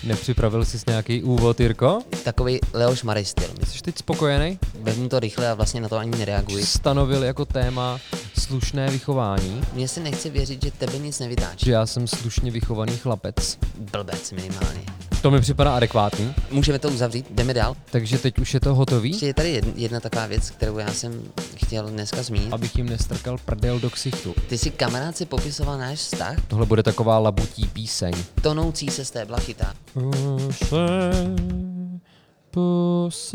Nepřipravil jsi nějaký úvod, Jirko? Takový Leoš Marej styl. Jsi teď spokojený? Vezmu to rychle a vlastně na to ani nereaguji. Stanovil jako téma slušné vychování. Mně se nechce věřit, že tebe nic nevytáčí. Že já jsem slušně vychovaný chlapec. Blbec minimálně. To mi připadá adekvátní. Můžeme to uzavřít, jdeme dál. Takže teď už je to hotový, Ještě je tady jedna taková věc, kterou já jsem chtěl dneska zmínit. abych jim nestrkal prdel do ksichtu. Ty si kamarádce popisoval náš vztah, Tohle bude taková labutí píseň. tonoucí se z té chytá. Pusy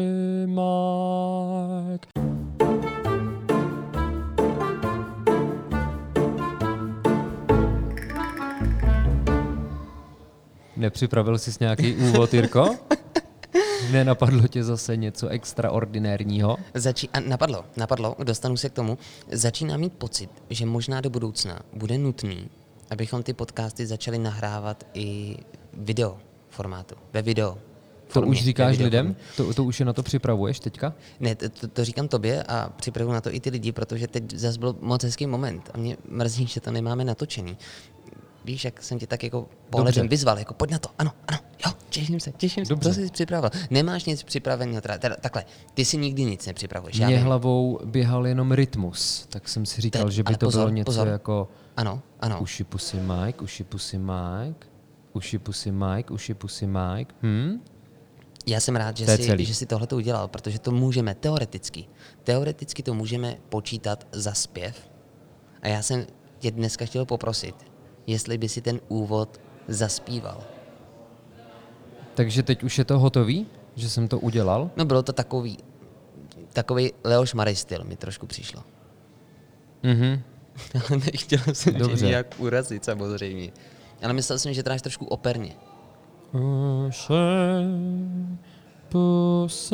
Mike. Nepřipravil jsi nějaký úvod, Jirko? Nenapadlo tě zase něco extraordinérního? Napadlo, dostanu se k tomu. Začínám mít pocit, že možná do budoucna bude nutný, abychom ty podcasty začali nahrávat i video formátu, ve video. To už říkáš lidem? To už je na to připravuješ teďka? Ne, to říkám tobě a připravuju na to i ty lidi, protože teď zase byl moc hezký moment a mě mrzí, že to nemáme natočený. Víš, jak jsem tě tak jako pohledem vyzval, jako pojď na to, ano, jo, těším se, Dobře. co jsi připravil. Nemáš nic připraveného, takhle, ty si nikdy nic nepřipravuješ. Mně hlavou běhal jenom rytmus, tak jsem si říkal, že by to bylo něco jako Ano. uši pusy Mike, uši pusy Mike, uši pusy Mike, uši pusy Mike. Já jsem rád, že si tohle udělal, protože to můžeme teoreticky to můžeme počítat za zpěv. A já jsem tě dneska chtěl poprosit, jestli by si ten úvod zaspíval. Takže teď už je to hotový, že jsem to udělal? No bylo to takový Leoš Marej styl mi trošku přišlo. Mhm. Ale nechtěl jsem tě Dobře. nějak urazit samozřejmě. Ale myslel jsem, že to dáš trošku operně. Uši pusy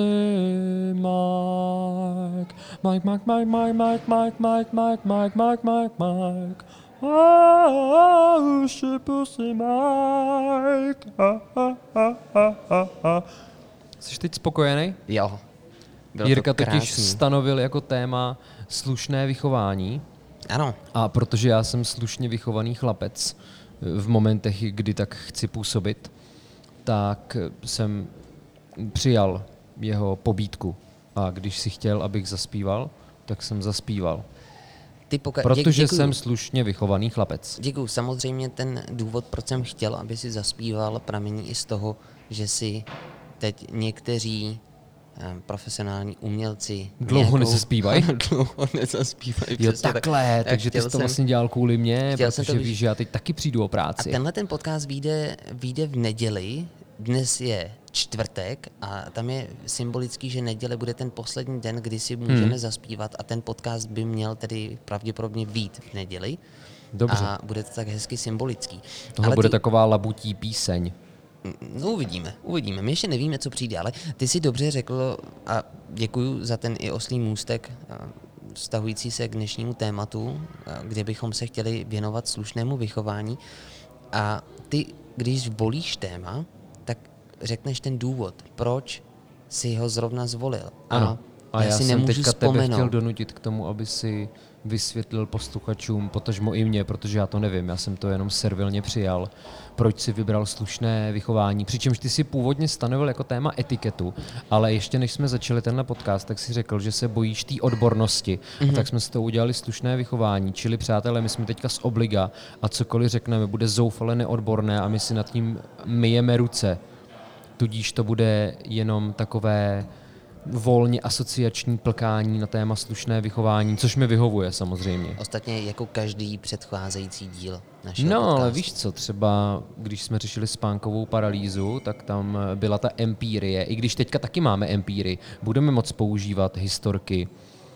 Mike, Mike, Mike, Mike, Mike, Mike, Mike, Mike, Mike, Mike, Mike, Mike. Uši pusy Mike. Jsi teď spokojený? Jo. Bylo Jirka to totiž krásný. stanovil jako téma slušné vychování. Ano. A protože já jsem slušně vychovaný chlapec v momentech, kdy tak chci působit, tak jsem přijal jeho pobídku. A když si chtěl, abych zaspíval, tak jsem zaspíval. Protože jsem slušně vychovaný chlapec. Děkuju. Samozřejmě ten důvod, proč jsem chtěl, aby si zaspíval, pramení i z toho, že si teď někteří profesionální umělci Dlouho nezaspívají? Dlouho nezaspívají. Jo, takhle, takže ty jsi to vlastně dělal kvůli mě, protože víš, že já teď taky přijdu o práci. A tenhle ten podcast vyjde v neděli, dnes je čtvrtek a tam je symbolický, že neděle bude ten poslední den, kdy si můžeme zaspívat a ten podcast by měl tedy pravděpodobně být v neděli. Dobře. A bude to tak hezky symbolický. Tohle bude taková labutí píseň. No uvidíme. My ještě nevíme, co přijde, ale ty si dobře řekl a děkuju za ten i oslý můstek vztahující se k dnešnímu tématu, kde bychom se chtěli věnovat slušnému vychování. A ty, když volíš téma, tak řekneš ten důvod, proč si ho zrovna zvolil. Ano. A já si jsem nemůžu teďka tebe vzpomenout. chtěl donutit k tomu, aby si vysvětlil posluchačům, potažmo i mě, protože já to nevím, já jsem to jenom servilně přijal, proč si vybral slušné vychování. Přičemž ty si původně stanovil jako téma etiketu, ale ještě než jsme začali tenhle podcast, tak si řekl, že se bojíš té odbornosti. A tak jsme si to udělali slušné vychování. Čili přátelé, my jsme teďka z obliga a cokoliv řekneme, bude zoufale neodborné a my si nad tím myjeme ruce. Tudíž to bude jenom takové volně asociační plkání na téma slušné vychování, což mi vyhovuje samozřejmě. Ostatně jako každý předcházející díl našeho No, podcastu. ale víš co, třeba když jsme řešili spánkovou paralýzu, tak tam byla ta empírie. I když teďka taky máme empíry, budeme moct používat historky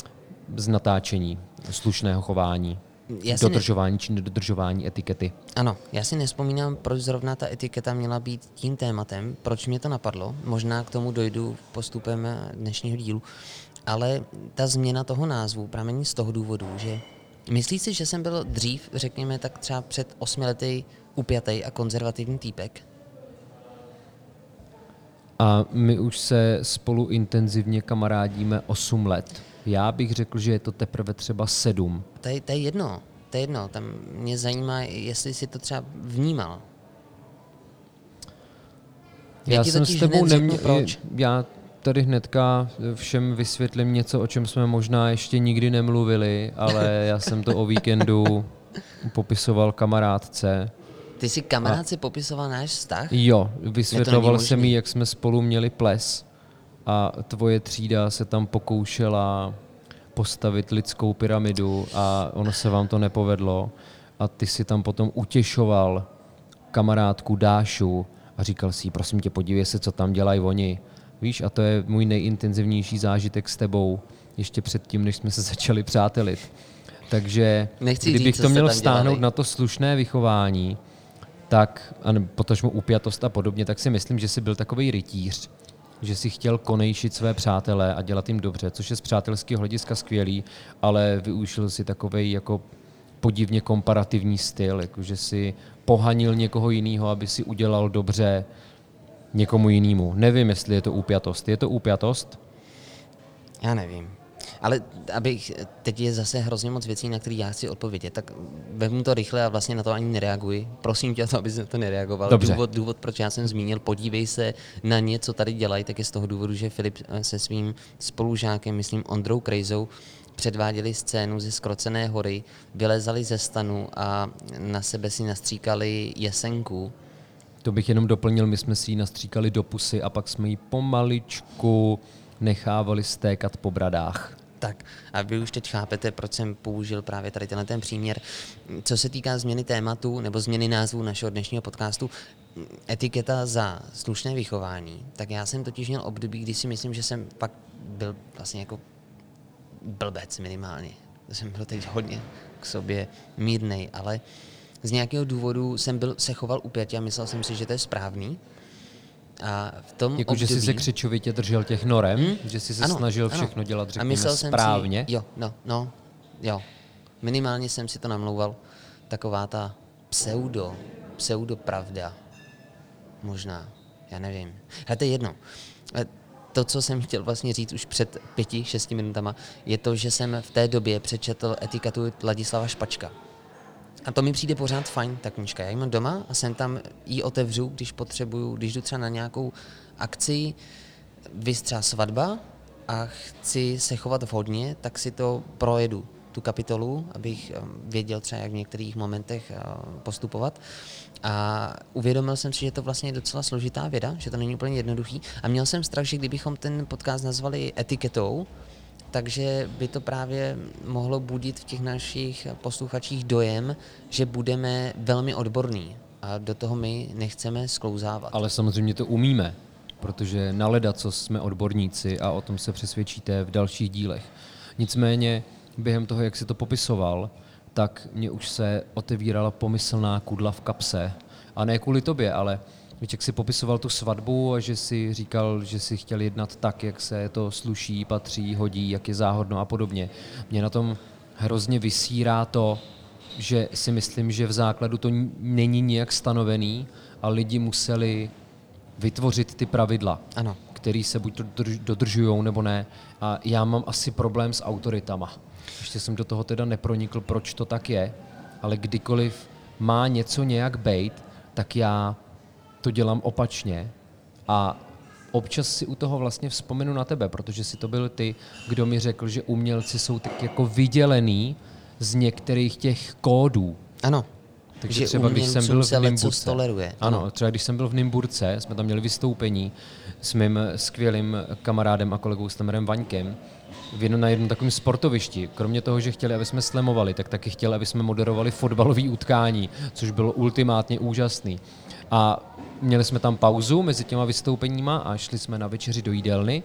z natáčení slušného chování, dodržování či nedodržování etikety. Ano, já si nevzpomínám, proč zrovna ta etiketa měla být tím tématem, proč mě to napadlo, možná k tomu dojdu postupem dnešního dílu, ale ta změna toho názvu pramení z toho důvodu, že myslíš si, že jsem byl dřív, řekněme tak třeba před 8 lety upjatej a konzervativní týpek? A my už se spolu intenzivně kamarádíme 8 let. Já bych řekl, že je to teprve třeba 7. To je jedno. Tam mě zajímá, jestli si to třeba vnímal. Já ti jsem totiž s tebou hned řeknu proč. Já tady hnedka všem vysvětlím něco, o čem jsme možná ještě nikdy nemluvili, ale já jsem to o víkendu popisoval kamarádce. Ty jsi kamarádce popisoval náš vztah? Jo, vysvětloval jsem jí, možný. jak jsme spolu měli ples a tvoje třída se tam pokoušela postavit lidskou pyramidu a ono se vám to nepovedlo a ty si tam potom utěšoval kamarádku Dášu a říkal si jí, prosím tě, podívej se, co tam dělají oni. Víš, a to je můj nejintenzivnější zážitek s tebou, ještě předtím, než jsme se začali přátelit. Takže kdybych to měl vztáhnout na to slušné vychování, tak, a potažmo upjatost a podobně, tak si myslím, že jsi byl takovej rytíř, že si chtěl konejšit své přátelé a dělat jim dobře, což je z přátelského hlediska skvělý, ale využil si takovej jako podivně komparativní styl, jako že si pohanil někoho jiného, aby si udělal dobře někomu jinému. Nevím, jestli je to úpjatost. Je to úpjatost? Já nevím. Ale teď je zase hrozně moc věcí, na které já chci odpovědět, tak vezmu to rychle a vlastně na to ani nereaguji. Prosím tě o to, abys na to nereagoval. Dobře. Důvod, proč já jsem zmínil, podívej se na ně, co tady dělají, tak je z toho důvodu, že Filip se svým spolužákem, myslím Ondrou Krejzou, předváděli scénu ze Zkrocené hory, vylezali ze stanu a na sebe si nastříkali jesenku. To bych jenom doplnil, my jsme si ji nastříkali do pusy a pak jsme ji pomaličku nechávali stékat po bradách. Tak a vy už teď chápete, proč jsem použil právě tady tenhle ten příměr. Co se týká změny tématu nebo změny názvu našeho dnešního podcastu, etiketa za slušné vychování, tak já jsem totiž měl období, kdy si myslím, že jsem pak byl vlastně jako blbec minimálně. Jsem byl teď hodně k sobě mírnej, ale z nějakého důvodu jsem se choval upjatě a myslel jsem si, že to je správný. A v tom jako, období... že jsi se křičovitě držel těch norem, že jsi se snažil všechno dělat, řekněme, správně. Jo. Minimálně jsem si to namlouval. Taková ta pseudo pravda. Možná, já nevím. Ale to je jedno. To, co jsem chtěl vlastně říct už před 5-6 minutama, je to, že jsem v té době přečetl etiketu Ladislava Špačka. A to mi přijde pořád fajn, ta knížka. Já ji mám doma a sem tam ji otevřu, když potřebuju, když jdu třeba na nějakou akci, třeba svatba a chci se chovat vhodně, tak si to projedu, tu kapitolu, abych věděl třeba, jak v některých momentech postupovat. A uvědomil jsem si, že to vlastně je docela složitá věda, že to není úplně jednoduchý. A měl jsem strach, že kdybychom ten podcast nazvali etiketou, takže by to právě mohlo budit v těch našich posluchačích dojem, že budeme velmi odborní a do toho my nechceme sklouzávat. Ale samozřejmě to umíme, protože na ledacos jsme odborníci a o tom se přesvědčíte v dalších dílech. Nicméně během toho, jak si to popisoval, tak mě už se otevírala pomyslná kudla v kapse. A ne kvůli tobě, ale víš, jak jsi popisoval tu svatbu a že si říkal, že si chtěl jednat tak, jak se to sluší, patří, hodí, jak je záhodno a podobně. Mě na tom hrozně vysírá to, že si myslím, že v základu to není nijak stanovený a lidi museli vytvořit ty pravidla, ano, který se buď dodržujou nebo ne. A já mám asi problém s autoritama. Ještě jsem do toho teda nepronikl, proč to tak je, ale kdykoliv má něco nějak bejt, tak já to dělám opačně a občas si u toho vlastně vzpomenu na tebe, protože si to byl ty, kdo mi řekl, že umělci jsou tak jako vydělený z některých těch kódů. Ano. Takže třeba když jsem byl v Nymburce, ano, třeba když jsem byl v Nymburce, jsme tam měli vystoupení s mým skvělým kamarádem a kolegou Stemerem Vaňkem na jednom takovém sportovišti. Kromě toho, že chtěli, aby jsme slemovali, tak taky chtěli, aby jsme moderovali fotbalové utkání, což bylo ultimátně úžasný. A měli jsme tam pauzu mezi těma vystoupeníma a šli jsme na večeři do jídelny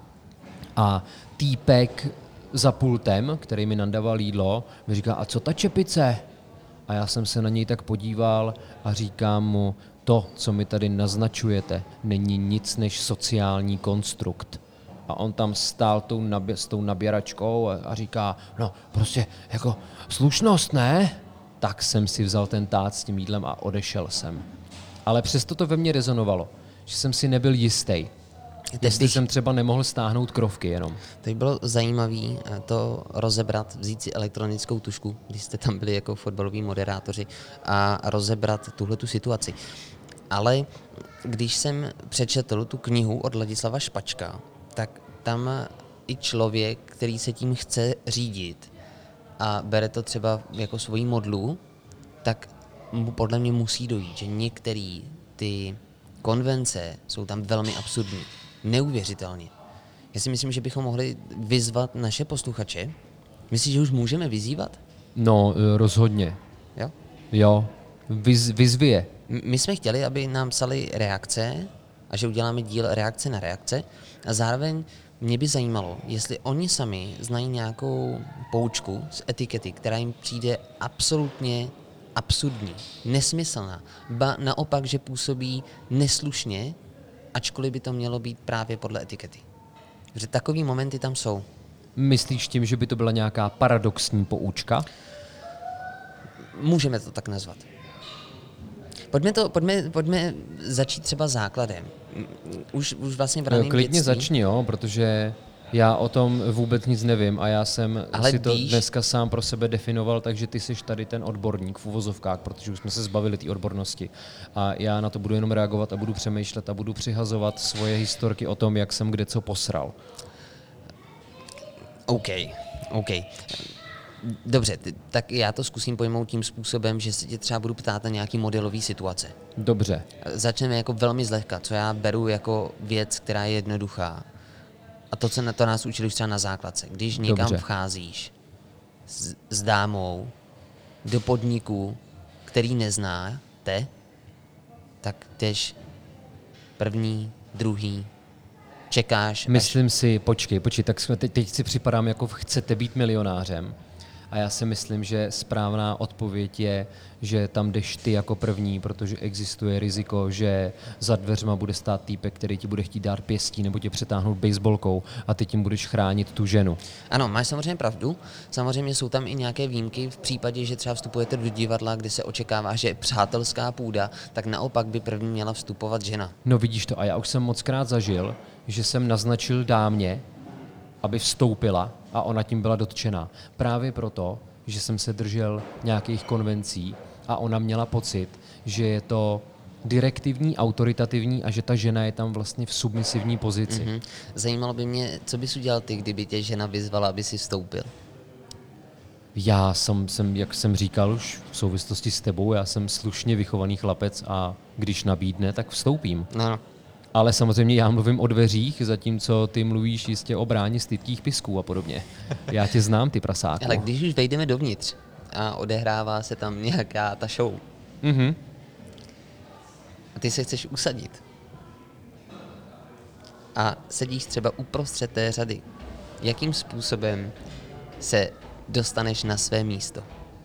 a týpek za pultem, který mi nandával jídlo, mi říká, a co ta čepice? A já jsem se na něj tak podíval a říkám mu, to, co mi tady naznačujete, není nic než sociální konstrukt. A on tam stál s tou naběračkou a říká, no prostě jako slušnost, ne? Tak jsem si vzal ten tác s tím jídlem a odešel jsem. Ale přesto to ve mně rezonovalo, že jsem si nebyl jistý. Jestli jsem třeba nemohl stáhnout krovky jenom. To by bylo zajímavé to rozebrat, vzít si elektronickou tužku, když jste tam byli jako fotbaloví moderátoři a rozebrat tuhletu situaci. Ale když jsem přečetl tu knihu od Ladislava Špačka, tak tam i člověk, který se tím chce řídit a bere to třeba jako svoji modlu, tak podle mě musí dojít, že některé ty konvence jsou tam velmi absurdní. Neuvěřitelně. Já si myslím, že bychom mohli vyzvat naše posluchače. Myslíš, že už můžeme vyzývat? No, rozhodně. Jo? Jo, vyzvi je. My jsme chtěli, aby nám psali reakce a že uděláme díl reakce na reakce a zároveň mě by zajímalo, jestli oni sami znají nějakou poučku z etikety, která jim přijde absolutně absurdní, nesmyslná, ba naopak, že působí neslušně, ačkoliv by to mělo být právě podle etikety. Protože takový momenty tam jsou. Myslíš tím, že by to byla nějaká paradoxní poučka? Můžeme to tak nazvat. Pojďme začít třeba základem. Už vlastně v raném Klidně dětství. začni, jo, protože já o tom vůbec nic nevím a já jsem si to dneska sám pro sebe definoval, takže ty jsi tady ten odborník v uvozovkách, protože už jsme se zbavili té odbornosti. A já na to budu jenom reagovat a budu přemýšlet a budu přihazovat svoje historky o tom, jak jsem kde co posral. OK. Dobře, tak já to zkusím pojmout tím způsobem, že se tě třeba budu ptát na nějaký modelový situace. Dobře. Začneme jako velmi zlehka, co já beru jako věc, která je jednoduchá. A to, co na to nás učili už třeba na základce. Když někam vcházíš s dámou do podniku, který neznáte, tak jdeš první, druhý, čekáš. Myslím si, počkej, tak teď si připadám jako chcete být milionářem. A já si myslím, že správná odpověď je, že tam jdeš ty jako první, protože existuje riziko, že za dveřma bude stát týpek, který ti bude chtít dát pěstí nebo tě přetáhnout baseballkou a ty tím budeš chránit tu ženu. Ano, máš samozřejmě pravdu. Samozřejmě jsou tam i nějaké výjimky v případě, že třeba vstupujete do divadla, kde se očekává, že je přátelská půda, tak naopak by první měla vstupovat žena. No vidíš to, a já už jsem mockrát zažil, že jsem naznačil dámě, aby vstoupila a ona tím byla dotčená. Právě proto, že jsem se držel nějakých konvencí a ona měla pocit, že je to direktivní, autoritativní a že ta žena je tam vlastně v submisivní pozici. Mm-hmm. Zajímalo by mě, co bys udělal ty, kdyby tě žena vyzvala, aby si vstoupil? Já jsem, jak jsem říkal už v souvislosti s tebou, já jsem slušně vychovaný chlapec a když nabídne, tak vstoupím. No. Ale samozřejmě já mluvím o dveřích, zatímco ty mluvíš jistě o bráně z tytkých pisků a podobně. Já tě znám, ty prasáku. Ale když už vejdeme dovnitř a odehrává se tam nějaká ta show, a ty se chceš usadit a sedíš třeba uprostřed té řady, jakým způsobem se dostaneš na své místo?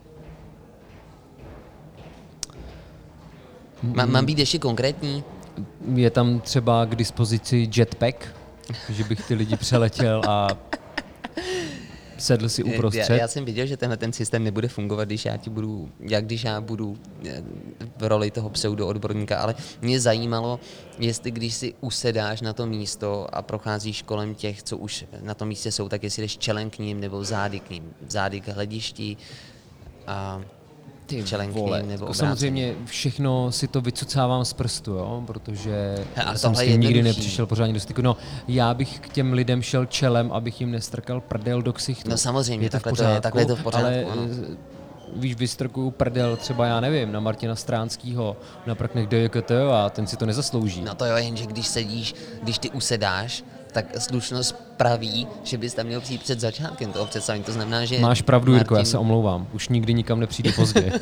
Mám být ještě konkrétní? Je tam třeba k dispozici jetpack, že bych ty lidi přeletěl a sedl si uprostřed. Já jsem viděl, že tenhle ten systém nebude fungovat, když já budu v roli toho pseudoodborníka, ale mě zajímalo, jestli když si usedáš na to místo a procházíš kolem těch, co už na tom místě jsou, tak jestli jdeš čelem k ním nebo zády k ním. Zády k hledišti a čelen k ním nebo obráceně. Samozřejmě všechno si to vycucávám z prstu, jo? Protože jsem s tohle tím nikdy nepřišel pořádně do styku. No, já bych k těm lidem šel čelem, abych jim nestrkal prdel do ksichtu. No samozřejmě, takhle je to v pořádku. Ale ano. víš, vystrkuju prdel třeba, já nevím, na Martina Stránskýho, na prknech DJKT a ten si to nezaslouží. No to jo, jenže když ty usedáš, tak slušnost praví, že bys tam měl přijít před začátkem toho představení. To znamená, že... Máš pravdu, Jirko, já se omlouvám. Už nikdy nikam nepřijdu pozdě.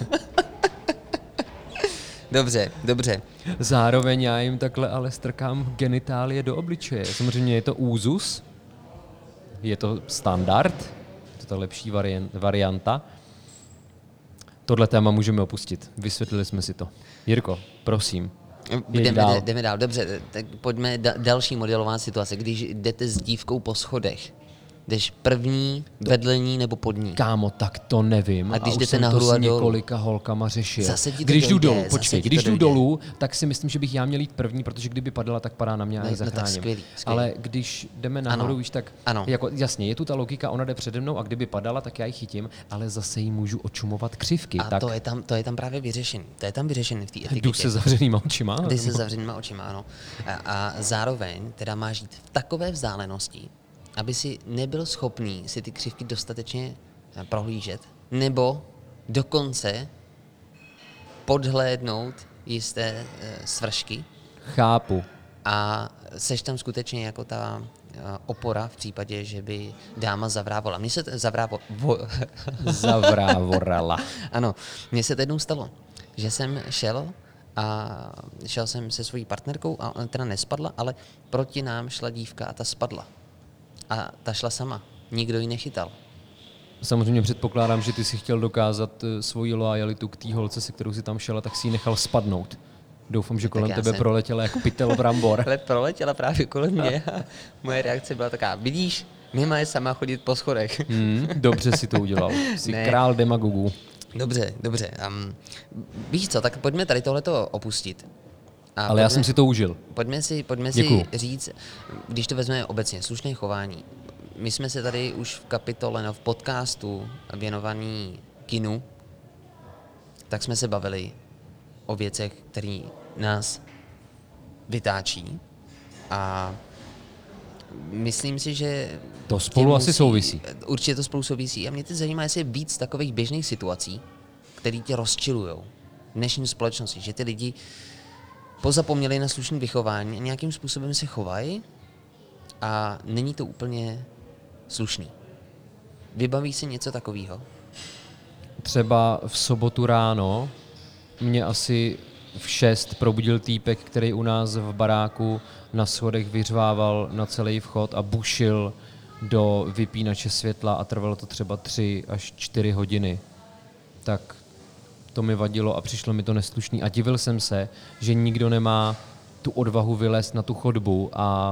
Dobře. Zároveň já jim takhle ale strkám genitálie do obličeje. Samozřejmě je to úzus, je to standard, je to ta lepší varianta. Tohle téma můžeme opustit. Vysvětlili jsme si to. Jirko, prosím. Jdeme dál. Dobře, tak pojďme další modelová situace. Když jdete s dívkou po schodech Jdeš první, vedle ní nebo pod ní? Kámo, tak to nevím. A když už jdete jsem nahoru to a s dolů? několika holkama řešil. Zase ti to Když jdu dojde, dolů, zase počkej, ti to když jdu dojde. dolů, tak si myslím, že bych já měl jít první, protože kdyby padala, tak padá na mě a já ji No tak zachráním. skvělý. Ale když jdeme nahoru, víš, tak Ano. jako, jasně, je tu ta logika, ona jde přede mnou a kdyby padala, tak já ji chytím, ale zase jí můžu očumovat křivky. A tak to je tam právě vyřešený. To je tam vyřešený v té etiketě. jdu se zavřenýma očima. Ty se zavřenýma očima, ano. A zároveň teda máš jít v takové vzdálenosti, aby si nebyl schopný si ty křivky dostatečně prohlížet, nebo dokonce podhlédnout jisté svršky Chápu. a seš tam skutečně jako ta opora v případě, že by dáma zavrávola. Mně se Zavrávorala. Ano, mně se to jednou stalo, že jsem šel jsem se svojí partnerkou a ona teda nespadla, ale proti nám šla dívka a ta spadla. A ta šla sama. Nikdo ji nechytal. Samozřejmě předpokládám, že ty si chtěl dokázat svoji loajalitu k té holce, se kterou si tam šel, a tak si ji nechal spadnout. Doufám, že kolem tebe proletěla jako pytel brambor. Ale proletěla právě kolem mě a moje reakce byla taková, vidíš, Mima je sama chodit po schodech. Dobře si to udělal. Jsi král demagogů. Dobře. Víš co, tak pojďme tady tohleto opustit. Ale já jsem si to užil. Pojďme si říct, když to vezmeme obecně, slušné chování. My jsme se tady už v kapitole, v podcastu věnovaný kinu, tak jsme se bavili o věcech, které nás vytáčí. A myslím si, že to spolu asi souvisí. Určitě to spolu souvisí. A mě teď zajímá, jestli je víc takových běžných situací, které tě rozčilujou v dnešní společnosti, že ty lidi pozapomněli na slušné vychování a nějakým způsobem se chovají a není to úplně slušný. Vybaví si něco takového? Třeba v sobotu ráno mě asi v 6 probudil týpek, který u nás v baráku na schodech vyřvával na celý vchod a bušil do vypínače světla a trvalo to třeba 3 až 4 hodiny. Tak to mi vadilo a přišlo mi to neslušný. A divil jsem se, že nikdo nemá tu odvahu vylézt na tu chodbu a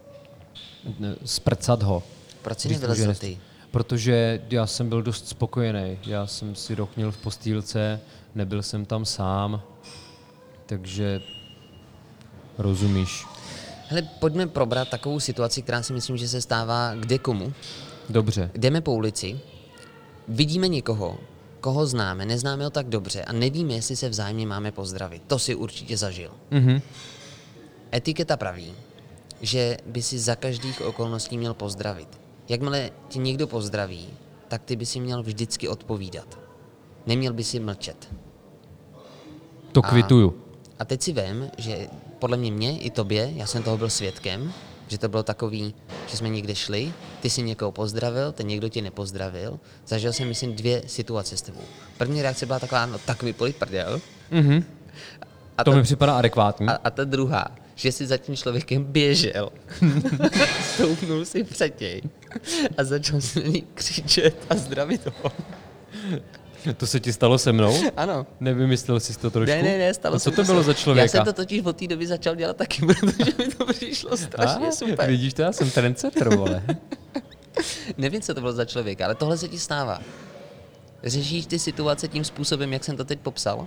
sprcat ho. Proč jsi nevylezl ty? Protože já jsem byl dost spokojený. Já jsem si rochnil v postýlce, nebyl jsem tam sám, takže rozumíš. Hele, pojďme probrat takovou situaci, která si myslím, že se stává kde komu. Dobře. Jdeme po ulici, vidíme někoho, koho známe, neznáme ho tak dobře a nevíme, jestli se vzájemně máme pozdravit. To si určitě zažil. Mhm. Etiketa praví, že by si za každých okolností měl pozdravit. Jakmile ti někdo pozdraví, tak ty by si měl vždycky odpovídat. Neměl by si mlčet. To kvituju. A teď si vem, že podle mě i tobě, já jsem toho byl svědkem, že to bylo takový, že jsme někde šli, ty si někoho pozdravil, ten někdo tě nepozdravil. Zažil jsem, myslím, 2 situace s tebou. První reakce byla taková, no tak vypojď prdel. Mhm. To mi připadá adekvátní. A ta druhá, že si za tím člověkem běžel. Stoupnul si před něj a začal si na něj křičet a zdravit ho. To se ti stalo se mnou? Ano. Nevymyslel jsi to trošku? Ne, stalo se. Co to bylo za člověka? Já jsem to totiž od té doby začal dělat taky, protože mi to přišlo strašně super. Vidíš to, já jsem trendsetter, vole. Nevím, co to bylo za člověka, ale tohle se ti stává. Řešíš ty situace tím způsobem, jak jsem to teď popsal?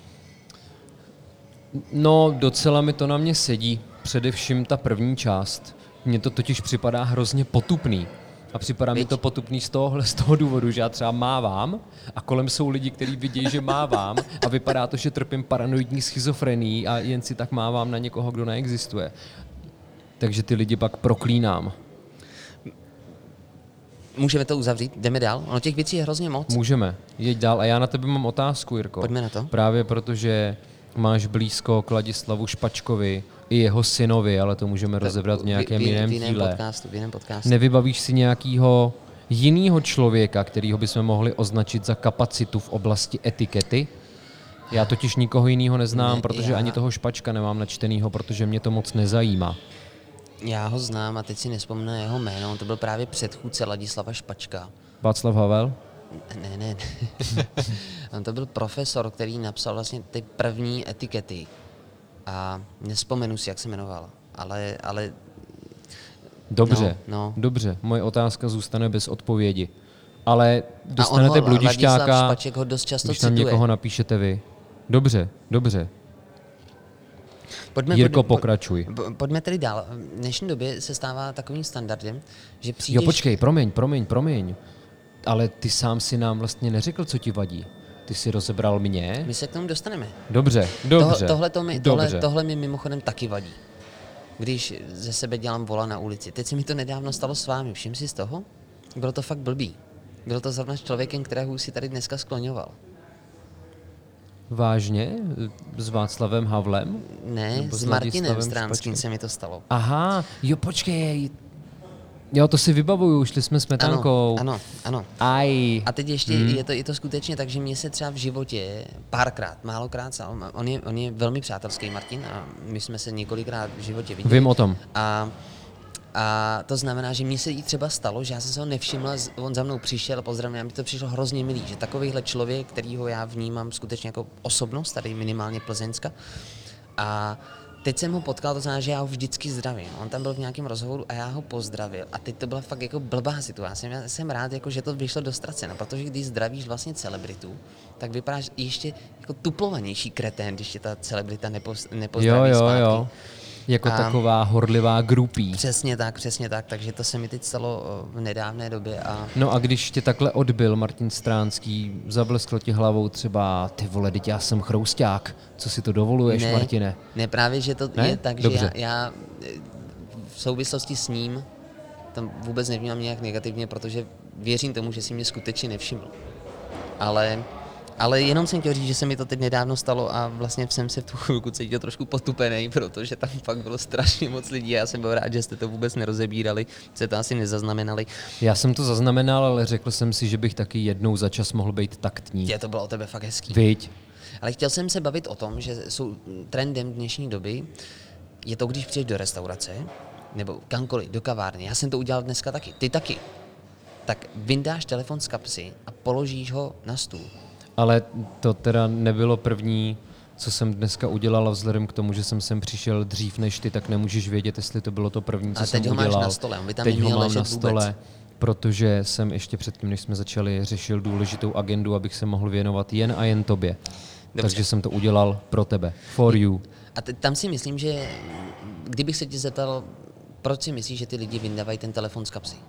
No, docela mi to na mě sedí. Především ta první část. Mně to totiž připadá hrozně potupný. A připadá mi to potupný z toho důvodu, že já třeba mávám a kolem jsou lidi, kteří vidí, že mávám a vypadá to, že trpím paranoidní schizofrenií a jen si tak mávám na někoho, kdo neexistuje. Takže ty lidi pak proklínám. Můžeme to uzavřít? Jdeme dál? Ono těch věcí je hrozně moc. Můžeme. Jeď dál. A já na tebe mám otázku, Jirko. Pojďme na to. Právě protože máš blízko k Ladislavu Špačkovi i jeho synovi, ale to můžeme rozebrat v nějakém jiném díle. V jiném podcastu. Nevybavíš si nějakého jiného člověka, kterýho bychom mohli označit za kapacitu v oblasti etikety? Já totiž nikoho jiného neznám, protože ani toho Špačka nemám načtenýho, protože mě to moc nezajímá. Já ho znám a teď si nespomenu na jeho jméno. On to byl právě předchůdce Ladislava Špačka. Václav Havel? Ne. On to byl profesor, který napsal vlastně ty první etikety. A nespomenu si, jak se jmenoval. Ale Dobře, No. dobře. Moje otázka zůstane bez odpovědi. Ale A on dostanete ho, Ladislav bludišťáka, Špaček ho dost často když tam cituje. někoho napíšete vy. Dobře, dobře. Jirko, pokračuj. Pojďme tedy dál. V dnešní době se stává takovým standardem, že přijdeš... Jo, počkej, promiň. Ale ty sám si nám vlastně neřekl, co ti vadí. Ty si rozebral mě. My se k tomu dostaneme. Dobře. Tohle mi mimochodem taky vadí. Když ze sebe dělám vola na ulici. Teď se mi to nedávno stalo s vámi. Všim si z toho? Bylo to fakt blbý. Bylo to zrovna s člověkem, kterého si tady dneska skloňoval. Vážně? S Václavem Havlem? Ne, Nebo s s Martinem Ladislavem Stránským Špačkem? se mi to stalo. Aha, jo, počkej. Jo, to si vybavuju, šli jsme smetánkou. Ano. Aj. A teď ještě je to skutečně tak, že mě se třeba v životě párkrát, málokrát stal. On je velmi přátelský, Martin, a my jsme se několikrát v životě viděli. Vím o tom. A to znamená, že mně se jí třeba stalo, že já jsem se ho nevšimla, on za mnou přišel a pozdravil, a mi to přišlo hrozně milý, že takovýhle člověk, kterýho já vnímám skutečně jako osobnost, tady minimálně Plzeňska. A teď jsem ho potkal, to znamená, že já ho vždycky zdravím. On tam byl v nějakém rozhovoru a já ho pozdravil. A teď to byla fakt jako blbá situace. Já jsem rád, jako, že to vyšlo dostraceno, protože když zdravíš vlastně celebritu, tak vypadáš ještě jako tuplovanější kretén, když tě ta celebrita nepozdraví zpátky. Jo. Jako taková horlivá grupí. Přesně tak, takže to se mi teď stalo v nedávné době. No a když tě takhle odbil Martin Stránský, zablesklo ti hlavou třeba, ty vole, teď já jsem chrousťák, co si to dovoluješ, Martine? Ne, právě, že to je tak, Dobře. že já v souvislosti s ním tam vůbec nevnímám nějak negativně, protože věřím tomu, že si mě skutečně nevšiml. Ale jenom jsem chtěl říct, že se mi to teď nedávno stalo a vlastně jsem se v tu chvilku cítil trošku potupený, protože tam fakt bylo strašně moc lidí a já jsem byl rád, že jste to vůbec nerozebírali, jste to asi nezaznamenali. Já jsem to zaznamenal, ale řekl jsem si, že bych taky jednou za čas mohl být taktní. To bylo o tebe fakt hezký. Viď? Ale chtěl jsem se bavit o tom, že jsou trendem dnešní doby, je to, když přijdeš do restaurace, nebo kamkoliv, do kavárny, já jsem to udělal dneska taky, ty taky, tak vyndáš telefon z kapsy a položíš ho na stůl. Ale to teda nebylo první, co jsem dneska udělal, a vzhledem k tomu, že jsem sem přišel dřív než ty, tak nemůžeš vědět, jestli to bylo to první, co jsem udělal. A teď ho máš na stole, on by tam teď ho mám na vůbec. stole, protože jsem ještě předtím, než jsme začali, řešil důležitou agendu, abych se mohl věnovat jen a jen tobě. Dobře. Takže jsem to udělal pro tebe, for you. A tam si myslím, že kdybych se tě zeptal, proč si myslíš, že ty lidi vyndávají ten telefon z kapsy?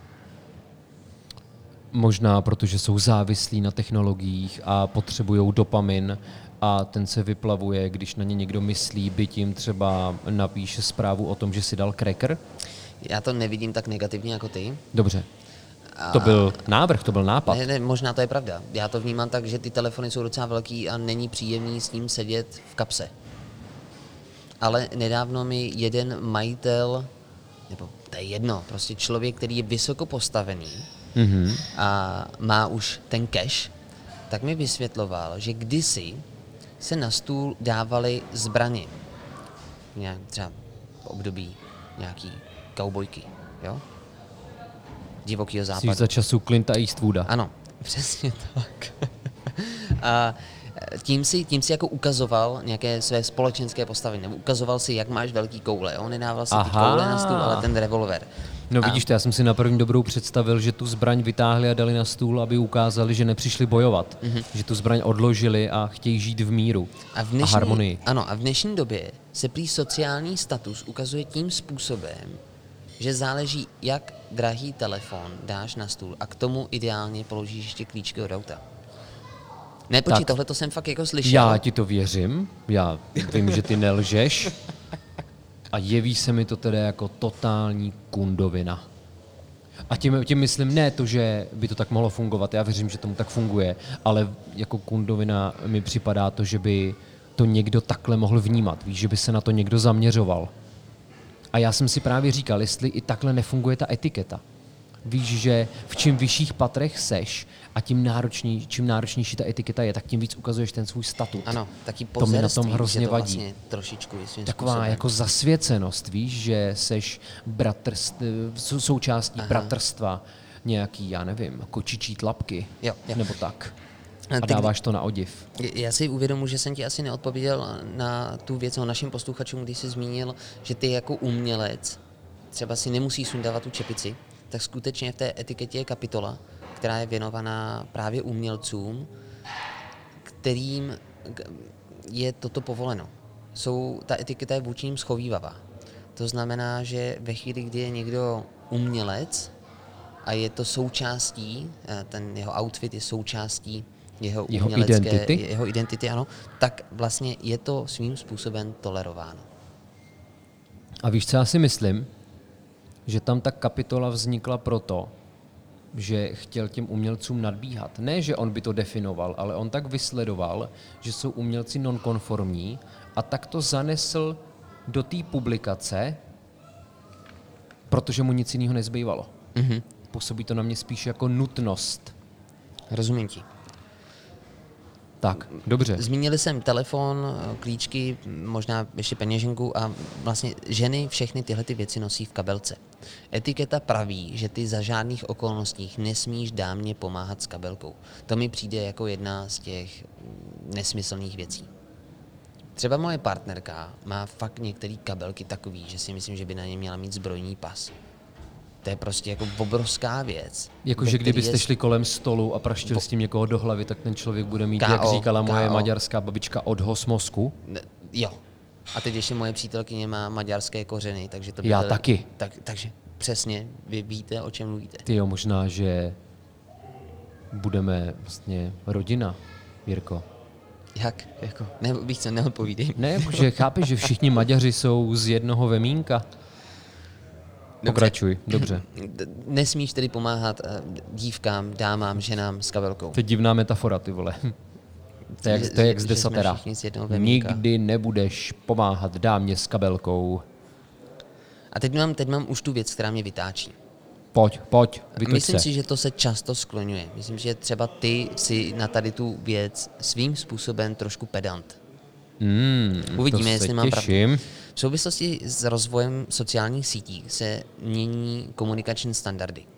Možná, protože jsou závislí na technologiích a potřebují dopamin a ten se vyplavuje, když na ně někdo myslí, byť jim třeba napíše zprávu o tom, že si dal cracker. Já to nevidím tak negativně jako ty. Dobře. To byl návrh, to byl nápad. Ne, možná to je pravda. Já to vnímám tak, že ty telefony jsou docela velký a není příjemný s ním sedět v kapse. Ale nedávno mi jeden majitel, nebo to je jedno, prostě člověk, který je vysoko postavený, a má už ten cash, tak mi vysvětloval, že kdysi se na stůl dávaly zbraně. Nějak třeba v období nějaký kaubojky, jo? Divokýho západu. Jsi za času Clinta Eastwooda. Ano, přesně tak. A tím si jako ukazoval nějaké své společenské postavy, nebo ukazoval si, jak máš velký koule. On nedával si ty koule na stůl, ale ten revolver. No vidíš to, já jsem si na první dobrou představil, že tu zbraň vytáhli a dali na stůl, aby ukázali, že nepřišli bojovat. Že tu zbraň odložili a chtějí žít v míru a harmonii. Ano, a v dnešní době se prý sociální status ukazuje tím způsobem, že záleží, jak drahý telefon dáš na stůl a k tomu ideálně položíš ještě klíčky od auta. Nepočkej, tohle to jsem fakt jako slyšel. Já ti to věřím, já vím, že ty nelžeš a jeví se mi to teda jako totální kundovina. A tím myslím ne to, že by to tak mohlo fungovat, já věřím, že tomu tak funguje, ale jako kundovina mi připadá to, že by to někdo takhle mohl vnímat, víš, že by se na to někdo zaměřoval. A já jsem si právě říkal, jestli i takhle nefunguje ta etiketa. Víš, že v čím vyšších patrech seš a čím náročnější ta etiketa je, tak tím víc ukazuješ ten svůj statut. Ano, taky to mi na tom hrozně vadí. Vlastně trošičku taková způsobem. Jako zasvěcenost, víš, že seš součástí bratrstva nějaký, já nevím, kočičí tlapky, jo. nebo tak. A dáváš to na odiv. Já si uvědomuji, že jsem ti asi neodpověděl na tu věc o našim posluchačům, když jsi zmínil, že ty jako umělec třeba si nemusí sundávat tu čepici, tak skutečně v té etiketě je kapitola, která je věnovaná právě umělcům, kterým je toto povoleno. Ta etiketa je vůči nim schovívavá. To znamená, že ve chvíli, kdy je někdo umělec a je to součástí, ten jeho outfit je součástí jeho identity, ano, tak vlastně je to svým způsobem tolerováno. A víš, co já si myslím? Že tam ta kapitola vznikla proto, že chtěl těm umělcům nadbíhat. Ne, že on by to definoval, ale on tak vysledoval, že jsou umělci nonkonformní a tak to zanesl do té publikace, protože mu nic jiného nezbývalo. Mm-hmm. Působí to na mě spíš jako nutnost. Rozumím ti. Tak, dobře. Zmínili jsem telefon, klíčky, možná ještě peněženku a vlastně ženy všechny tyhle ty věci nosí v kabelce. Etiketa praví, že ty za žádných okolností nesmíš dámě pomáhat s kabelkou. To mi přijde jako jedna z těch nesmyslných věcí. Třeba moje partnerka má fakt některé kabelky takový, že si myslím, že by na ně měla mít zbrojní pas. To je prostě jako obrovská věc. Jakože kdybyste šli kolem stolu a praštil s tím někoho do hlavy, tak ten člověk bude mít, jak říkala moje maďarská babička, odhoz mozku. Jo. A teď ještě moje přítelkyně má maďarské kořeny, takže to by já taky. Takže přesně, vy víte, o čem mluvíte. Tyjo, možná, že budeme vlastně rodina, Jirko. Jak? Jako? Ne, víš co, neodpovídej. Ne, jakože chápeš, že všichni Maďaři jsou z jednoho vemínka? Pokračuj, dobře. Nesmíš tedy pomáhat dívkám, dámám, ženám s kabelkou. To je divná metafora, ty vole. To je jak z desatera. Nikdy nebudeš pomáhat dámě s kabelkou. A teď mám už tu věc, která mě vytáčí. Pojď, vytoč Myslím se. si, že to se často skloňuje. Myslím, že třeba ty si na tady tu věc svým způsobem trošku pedant. Uvidíme, jestli mám pravdu. V souvislosti s rozvojem sociálních sítí se mění komunikační standardy.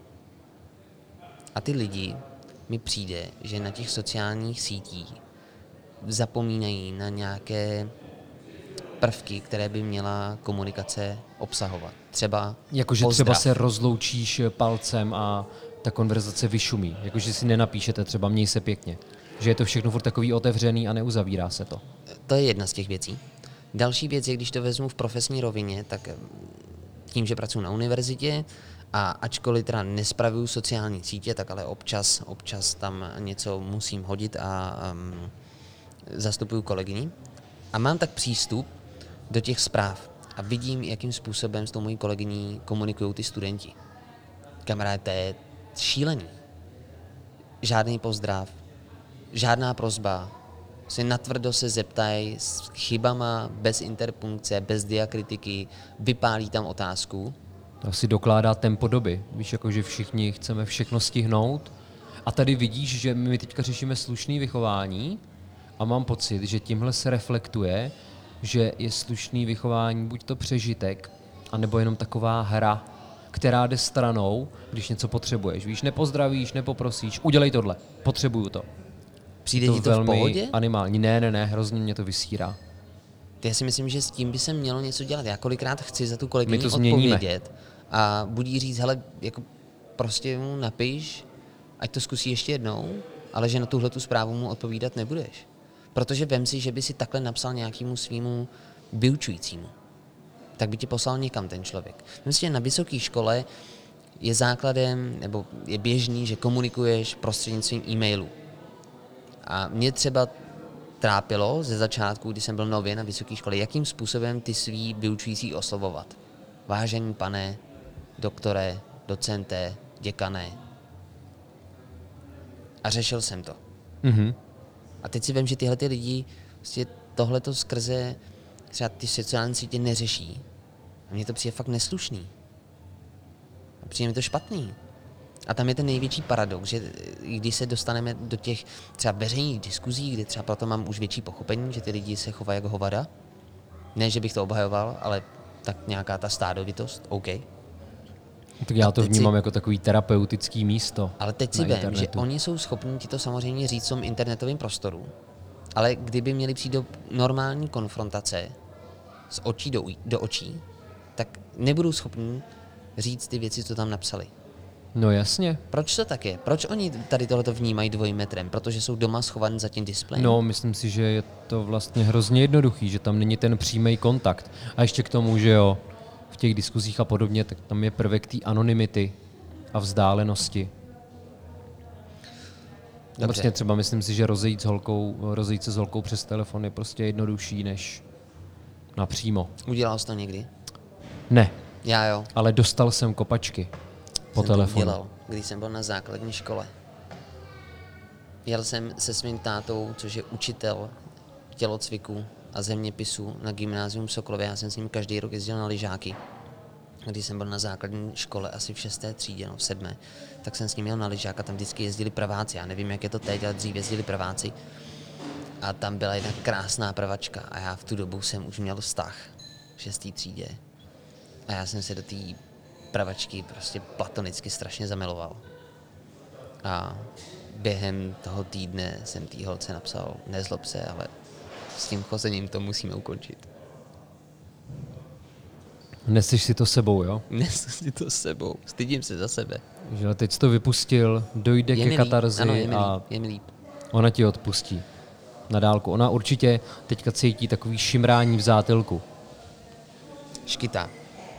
A ty lidi mi přijde, že na těch sociálních sítích zapomínají na nějaké prvky, které by měla komunikace obsahovat. Třeba jakože pozdrav. Třeba se rozloučíš palcem a ta konverzace vyšumí. Jakože si nenapíšete třeba měj se pěkně. Že je to všechno furt takový otevřený a neuzavírá se to. To je jedna z těch věcí. Další věc je, když to vezmu v profesní rovině, tak tím, že pracuji na univerzitě a ačkoliv teda nespravuju sociální sítě, tak ale občas tam něco musím hodit a zastupuju kolegyni. A mám tak přístup do těch zpráv a vidím, jakým způsobem s tou mojí kolegyní komunikují ty studenti. Kamaráde, to je šílený. Žádný pozdrav, žádná prosba, si natvrdo se zeptají s chybama, bez interpunkce, bez diakritiky, vypálí tam otázku. To asi dokládá tempo doby. Víš, jako že všichni chceme všechno stihnout. A tady vidíš, že my teďka řešíme slušné vychování a mám pocit, že tímhle se reflektuje, že je slušný vychování buď to přežitek, anebo jenom taková hra, která jde stranou, když něco potřebuješ. Víš, nepozdravíš, nepoprosíš, udělej tohle, potřebuju to. Přijde ti to v pohodě? Animální. Ne, hrozně mě to vysírá. Já si myslím, že s tím by se mělo něco dělat. Já kolikrát chci za tu kolegyni odpovědět a buď jí říct, hele, jako prostě mu napiš, ať to zkusí ještě jednou, ale že na tuhletu zprávu mu odpovídat nebudeš. Protože vem si, že by si takhle napsal nějakému svýmu vyučujícímu. Tak by ti poslal někam ten člověk. Myslím, že na vysoké škole je základem, nebo je běžný, že komunikuješ prostřednictvím e-mailu. A mě třeba trápilo ze začátku, když jsem byl nově na vysoké škole, jakým způsobem ty svý vyučující oslovovat. Vážený pane, doktore, docente, děkané. A řešil jsem to. Mm-hmm. A teď si vím, že tyhle ty lidi vlastně tohleto skrze třeba ty sociální sítě neřeší. A mně to přijde fakt neslušný. A přijde mi to špatný. A tam je ten největší paradox, že když se dostaneme do těch třeba veřejných diskuzí, kde třeba proto mám už větší pochopení, že ty lidi se chovají jako hovada, ne, že bych to obhajoval, ale tak nějaká ta stádovitost, OK. Tak já to vnímám jako takový terapeutický místo. Ale teď si vím, že oni jsou schopni ti to samozřejmě říct v tom internetovém prostoru, ale kdyby měli přijít do normální konfrontace z očí do očí, tak nebudou schopni říct ty věci, co tam napsali. No jasně. Proč to tak je? Proč oni tady tohleto vnímají dvojím metrem? Protože jsou doma schovaní za tím displejem? No, myslím si, že je to vlastně hrozně jednoduchý, že tam není ten přímý kontakt. A ještě k tomu, že jo, v těch diskuzích a podobně, tak tam je prvek té anonymity a vzdálenosti. Vlastně třeba myslím si, že rozejít se s holkou přes telefon je prostě jednodušší než napřímo. Udělal jsi to někdy? Ne, Já jo. ale dostal jsem kopačky po telefonu. Jsem to udělal, když jsem byl na základní škole. Jel jsem se svým tátou, což je učitel tělocviku a zeměpisu na gymnázium Sokolově. Já jsem s ním každý rok jezdil na lyžáky. Když jsem byl na základní škole, asi v 6. třídě, v 7., tak jsem s ním jel na lyžák a tam vždycky jezdili praváci. Já nevím, jak je to teď, ale dřív jezdili praváci. A tam byla jedna krásná pravačka a já v tu dobu jsem už měl vztah v 6. třídě. A já jsem se do té pravačky prostě platonicky strašně zamiloval. A během toho týdne jsem té holce napsal, nezlob se, ale s tím chozením to musíme ukončit. Neseš si to sebou, jo? Nesu si to sebou, stydím se za sebe. Že teď jsi to vypustil, dojde ke katarzi a je mi líp. Ona ti odpustí na dálku. Ona určitě teďka cítí takový šimrání v zátylku. Škytá.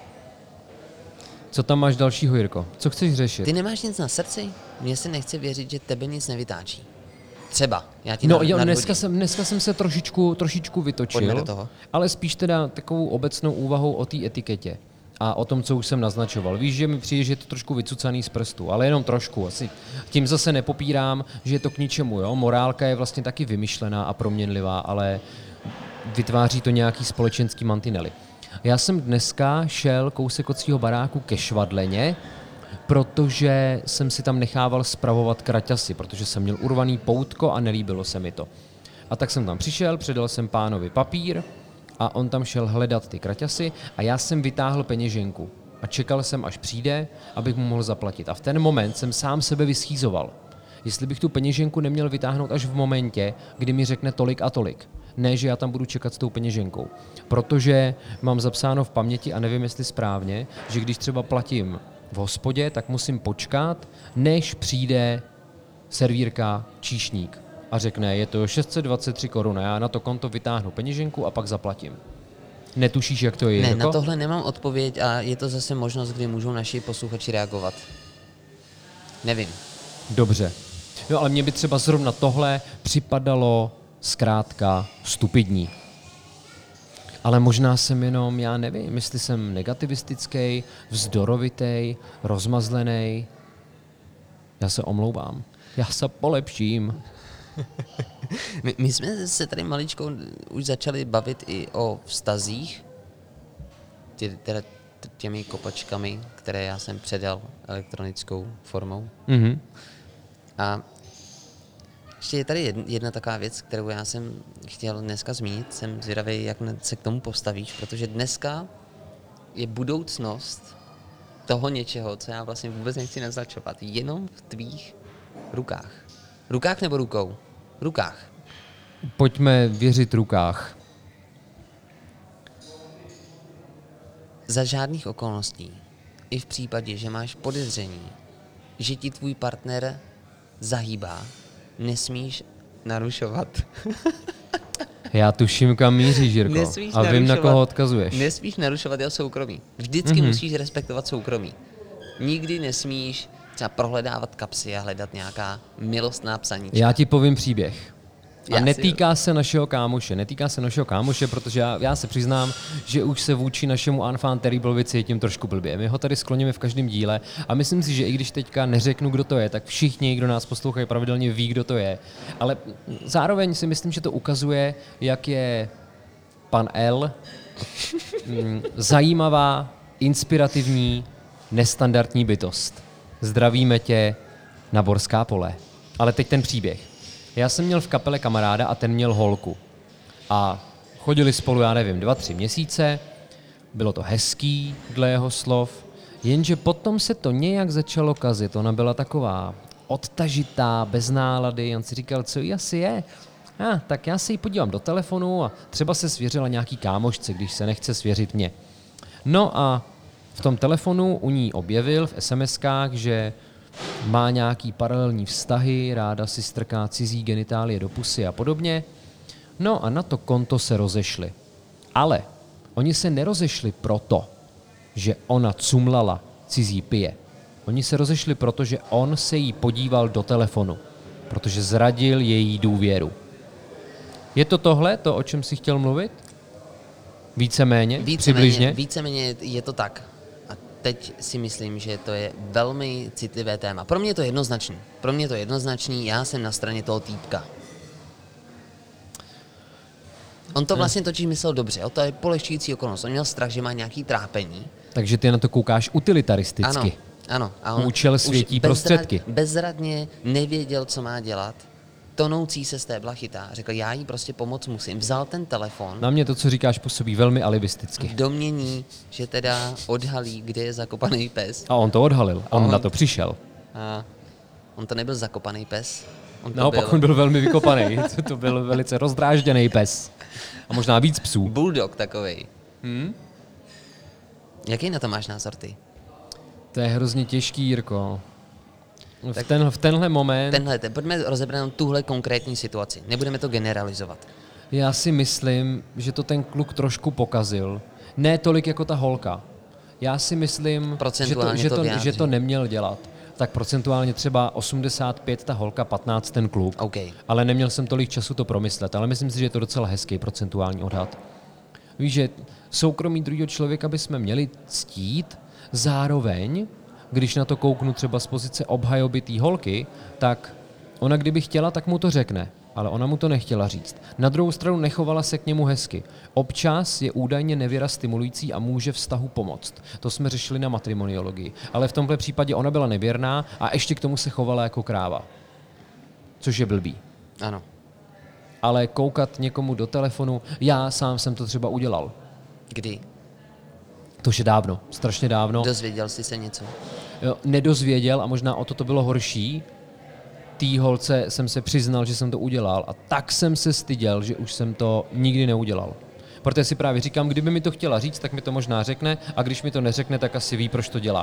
Co tam máš dalšího, Jirko? Co chceš řešit? Ty nemáš nic na srdci? Mně se nechce věřit, že tebe nic nevytáčí. Třeba. Já ti dneska jsem se trošičku vytočil. Pojďme do toho. Ale spíš teda takovou obecnou úvahou o té etiketě. A o tom, co už jsem naznačoval. Víš, že mi přijde, že je to trošku vycucaný z prstu, ale jenom trošku. Asi tím zase nepopírám, že je to k ničemu. Jo? Morálka je vlastně taky vymyšlená a proměnlivá, ale vytváří to nějaký společenský mantinely. Já jsem dneska šel kousek od svého baráku ke Švadleně, protože jsem si tam nechával spravovat kraťasy, protože jsem měl urvaný poutko a nelíbilo se mi to. A tak jsem tam přišel, předal jsem pánovi papír a on tam šel hledat ty kraťasy a já jsem vytáhl peněženku a čekal jsem, až přijde, abych mu mohl zaplatit. A v ten moment jsem sám sebe vyschýzoval. Jestli bych tu peněženku neměl vytáhnout až v momentě, kdy mi řekne tolik a tolik. Ne, že já tam budu čekat s tou peněženkou. Protože mám zapsáno v paměti a nevím, jestli správně, že když třeba platím v hospodě, tak musím počkat, než přijde servírka číšník a řekne, je to 623 korun, já na to konto vytáhnu peněženku a pak zaplatím. Netušíš, jak to je? Ne, na tohle nemám odpověď a je to zase možnost, kdy můžou naši posluchači reagovat. Nevím. Dobře. Jo, ale mně by třeba zrovna tohle připadalo zkrátka stupidní. Ale možná jsem jenom, já nevím, jestli jsem negativistický, vzdorovitý, rozmazlený. Já se omlouvám. Já se polepším. My jsme se tady maličko už začali bavit i o vztazích, těmi kopačkami, které já jsem předal elektronickou formou. Mm-hmm. A ještě je tady jedna taková věc, kterou já jsem chtěl dneska zmínit. Jsem zvědavý, jak se k tomu postavíš, protože dneska je budoucnost toho něčeho, co já vlastně vůbec nechci naznačovat, jenom v tvých rukách. Rukách nebo rukou? Rukách. Pojďme věřit rukách. Za žádných okolností, i v případě, že máš podezření, že ti tvůj partner zahýbá, nesmíš narušovat. Já tuším, kam míříš, Jirko. A vím, na koho odkazuješ. Nesmíš narušovat jeho soukromí. Vždycky musíš respektovat soukromí. Nikdy nesmíš třeba prohledávat kapsy a hledat nějaká milostná psaníčka. Já ti povím příběh. A netýká se našeho kámoše, protože já se přiznám, že už se vůči našemu enfant terrible cítím trošku blbě. My ho tady skloněme v každém díle a myslím si, že i když teďka neřeknu, kdo to je, tak všichni, kdo nás poslouchají, pravidelně ví, kdo to je. Ale zároveň si myslím, že to ukazuje, jak je pan L zajímavá, inspirativní, nestandardní bytost. Zdravíme tě na Borská pole. Ale teď ten příběh. Já jsem měl v kapele kamaráda a ten měl holku. A chodili spolu, já nevím, 2-3 měsíce. Bylo to hezký, dle jeho slov. Jenže potom se to nějak začalo kazit. Ona byla taková odtažitá, bez nálady. On si říkal, co jí asi je. Tak já se jí podívám do telefonu a třeba se svěřila nějaký kámošce, když se nechce svěřit mě. No a v tom telefonu u ní objevil v SMS-kách, že má nějaký paralelní vztahy, ráda si strká cizí genitálie do pusy a podobně. No a na to konto se rozešli. Ale oni se nerozešli proto, že ona cumlala cizí pije. Oni se rozešli proto, že on se jí podíval do telefonu, protože zradil její důvěru. Je to tohle, to, o čem jsi chtěl mluvit? Víceméně? Přibližně? Víceméně je to tak. A teď si myslím, že to je velmi citlivé téma. Pro mě je to jednoznačný. Já jsem na straně toho týpka. On to vlastně totiž myslel dobře, to je polehčující okolnost. On měl strach, že má nějaký trápení. Takže ty na to koukáš utilitaristicky. Ano. A on účel světí prostředky. Bezradně nevěděl, co má dělat. Tonoucí se z té chytá. Řekl, já jí prostě pomoct musím. Vzal ten telefon. Na mě to, co říkáš, působí velmi alibisticky. V domnění, že teda odhalí, kde je zakopaný pes. A on to odhalil. On na to přišel. A on to nebyl zakopaný pes. On byl velmi vykopaný. To byl velice rozdrážděný pes. A možná víc psů. Bulldog takovej. Jaký na to máš názor ty? To je hrozně těžký, Jirko. V tenhle moment... Pojďme rozebrat tuhle konkrétní situaci. Nebudeme to generalizovat. Já si myslím, že to ten kluk trošku pokazil. Ne tolik jako ta holka. Já si myslím, že to neměl dělat. Tak procentuálně třeba 85 ta holka, 15 ten kluk. Okay. Ale neměl jsem tolik času to promyslet. Ale myslím si, že je to docela hezký procentuální odhad. Víš, že soukromí druhého člověka bychom měli ctít, zároveň, když na to kouknu třeba z pozice obhajoby té holky, tak ona kdyby chtěla, tak mu to řekne. Ale ona mu to nechtěla říct. Na druhou stranu nechovala se k němu hezky. Občas je údajně nevěra stimulující a může vztahu pomoct. To jsme řešili na matrimoniologii. Ale v tomhle případě ona byla nevěrná a ještě k tomu se chovala jako kráva. Což je blbý. Ano. Ale koukat někomu do telefonu, já sám jsem to třeba udělal. Kdy? To už je dávno, strašně dávno. Dozvěděl jsi se něco? Jo, nedozvěděl a možná o to bylo horší. Tý holce jsem se přiznal, že jsem to udělal a tak jsem se styděl, že už jsem to nikdy neudělal. Protože si právě říkám, kdyby mi to chtěla říct, tak mi to možná řekne a když mi to neřekne, tak asi ví, proč to dělá.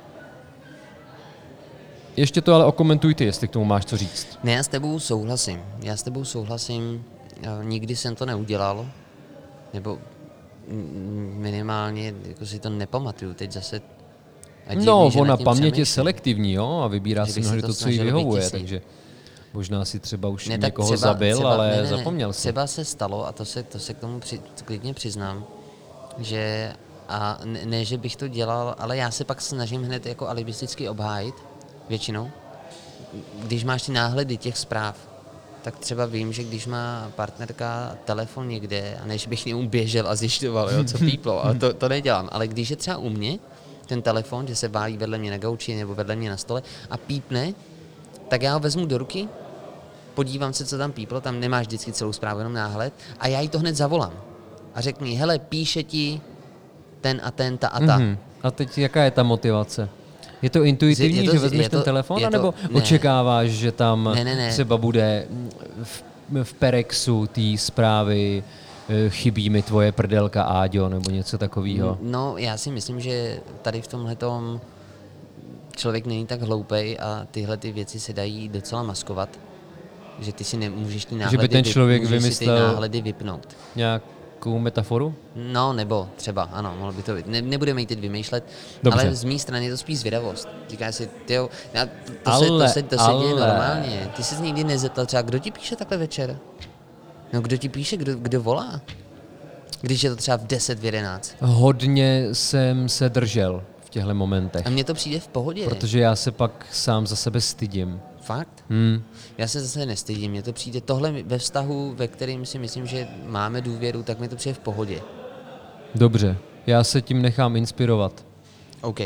Ještě to ale okomentuj ty, jestli k tomu máš co říct. Ne, já s tebou souhlasím. Nikdy jsem to neudělal, nebo minimálně jako si to nepamatuju. Teď zase... Ona paměť je selektivní, jo, a vybírá si mnohdy to, co jí vyhovuje, takže možná si třeba už někoho zabil, ale zapomněl si. Třeba se stalo, a to se k tomu klidně přiznám, že a ne, že bych to dělal, ale já se pak snažím hned jako alibisticky obhájit, většinou. Když máš ty náhledy těch zpráv, tak třeba vím, že když má partnerka telefon někde, a než bych k němu běžel a zjišťoval, jo, co píplo, ale to nedělám, ale když je třeba u mě, ten telefon, že se válí vedle mě na gauči nebo vedle mě na stole a pípne, tak já ho vezmu do ruky, podívám se, co tam píplo, tam nemáš vždycky celou zprávu, jenom náhled, a já jí to hned zavolám. A řekni, hele, píše ti ten a ten, ta a ta. A teď jaká je ta motivace? Je to intuitivní, že vezmeš ten telefon, anebo očekáváš, že tam třeba bude v perexu té zprávy chybí mi tvoje prdelka, Áďo, nebo něco takového? No, já si myslím, že tady v tomhletom člověk není tak hloupej a tyhle ty věci se dají docela maskovat, že ty si nemůžeš ty náhledy, že by ten člověk vymyslel náhledy vypnout. Nějakou metaforu? No, nebo třeba, ano, mohl by to být. Nebudeme jí teď vymýšlet, dobře. Ale z mé strany je to spíš zvědavost. Říká si, tyjo, to se děje normálně. Ty jsi nikdy nezeptal třeba, kdo ti píše takhle večer? No, kdo ti píše, kdo volá? Když je to třeba v 10, v 11. Hodně jsem se držel v těchto momentech. A mně to přijde v pohodě. Protože já se pak sám za sebe stydím. Fakt? Já se zase nestydím. Mně to přijde tohle ve vztahu, ve kterým si myslím, že máme důvěru, tak mi to přijde v pohodě. Dobře, já se tím nechám inspirovat. OK.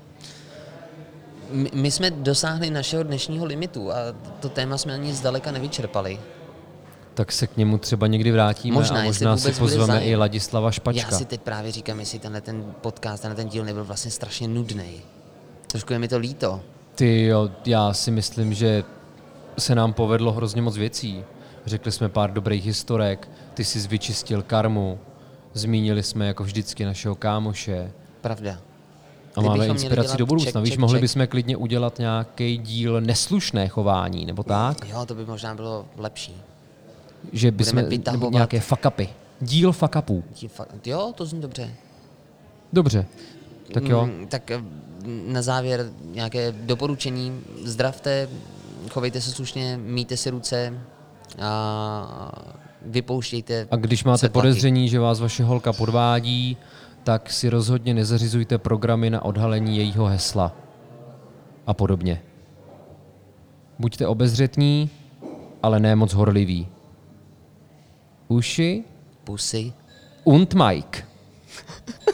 My jsme dosáhli našeho dnešního limitu a to téma jsme ani zdaleka nevyčerpali. Tak se k němu třeba někdy vrátíme možná si pozveme i Ladislava Špačka. Já si teď právě říkám, jestli ten podcast, ten díl nebyl vlastně strašně nudnej. Trošku je mi to líto. Já si myslím, že se nám povedlo hrozně moc věcí. Řekli jsme pár dobrých historek, ty jsi vyčistil karmu, zmínili jsme jako vždycky našeho kámoše. Pravda. A máme Kdybychom inspiraci měli do dělat budoucna. check, Víš, check, mohli check. bychom klidně udělat nějaký díl neslušné chování, nebo tak? Jo, to by možná bylo lepší. Že bychom, Budeme nebo vytahovat- nějaké fuck-upy. Díl fuck-upů. Jo, to zní dobře. Dobře. Tak jo. Tak na závěr nějaké doporučení. Zdravte, chovejte se slušně, míjte si ruce a vypouštějte A když máte sedlaky. podezření, že vás vaše holka podvádí, tak si rozhodně nezařizujte programy na odhalení jejího hesla a podobně. Buďte obezřetní, ale ne moc horliví. Uši Pusy. und Mike.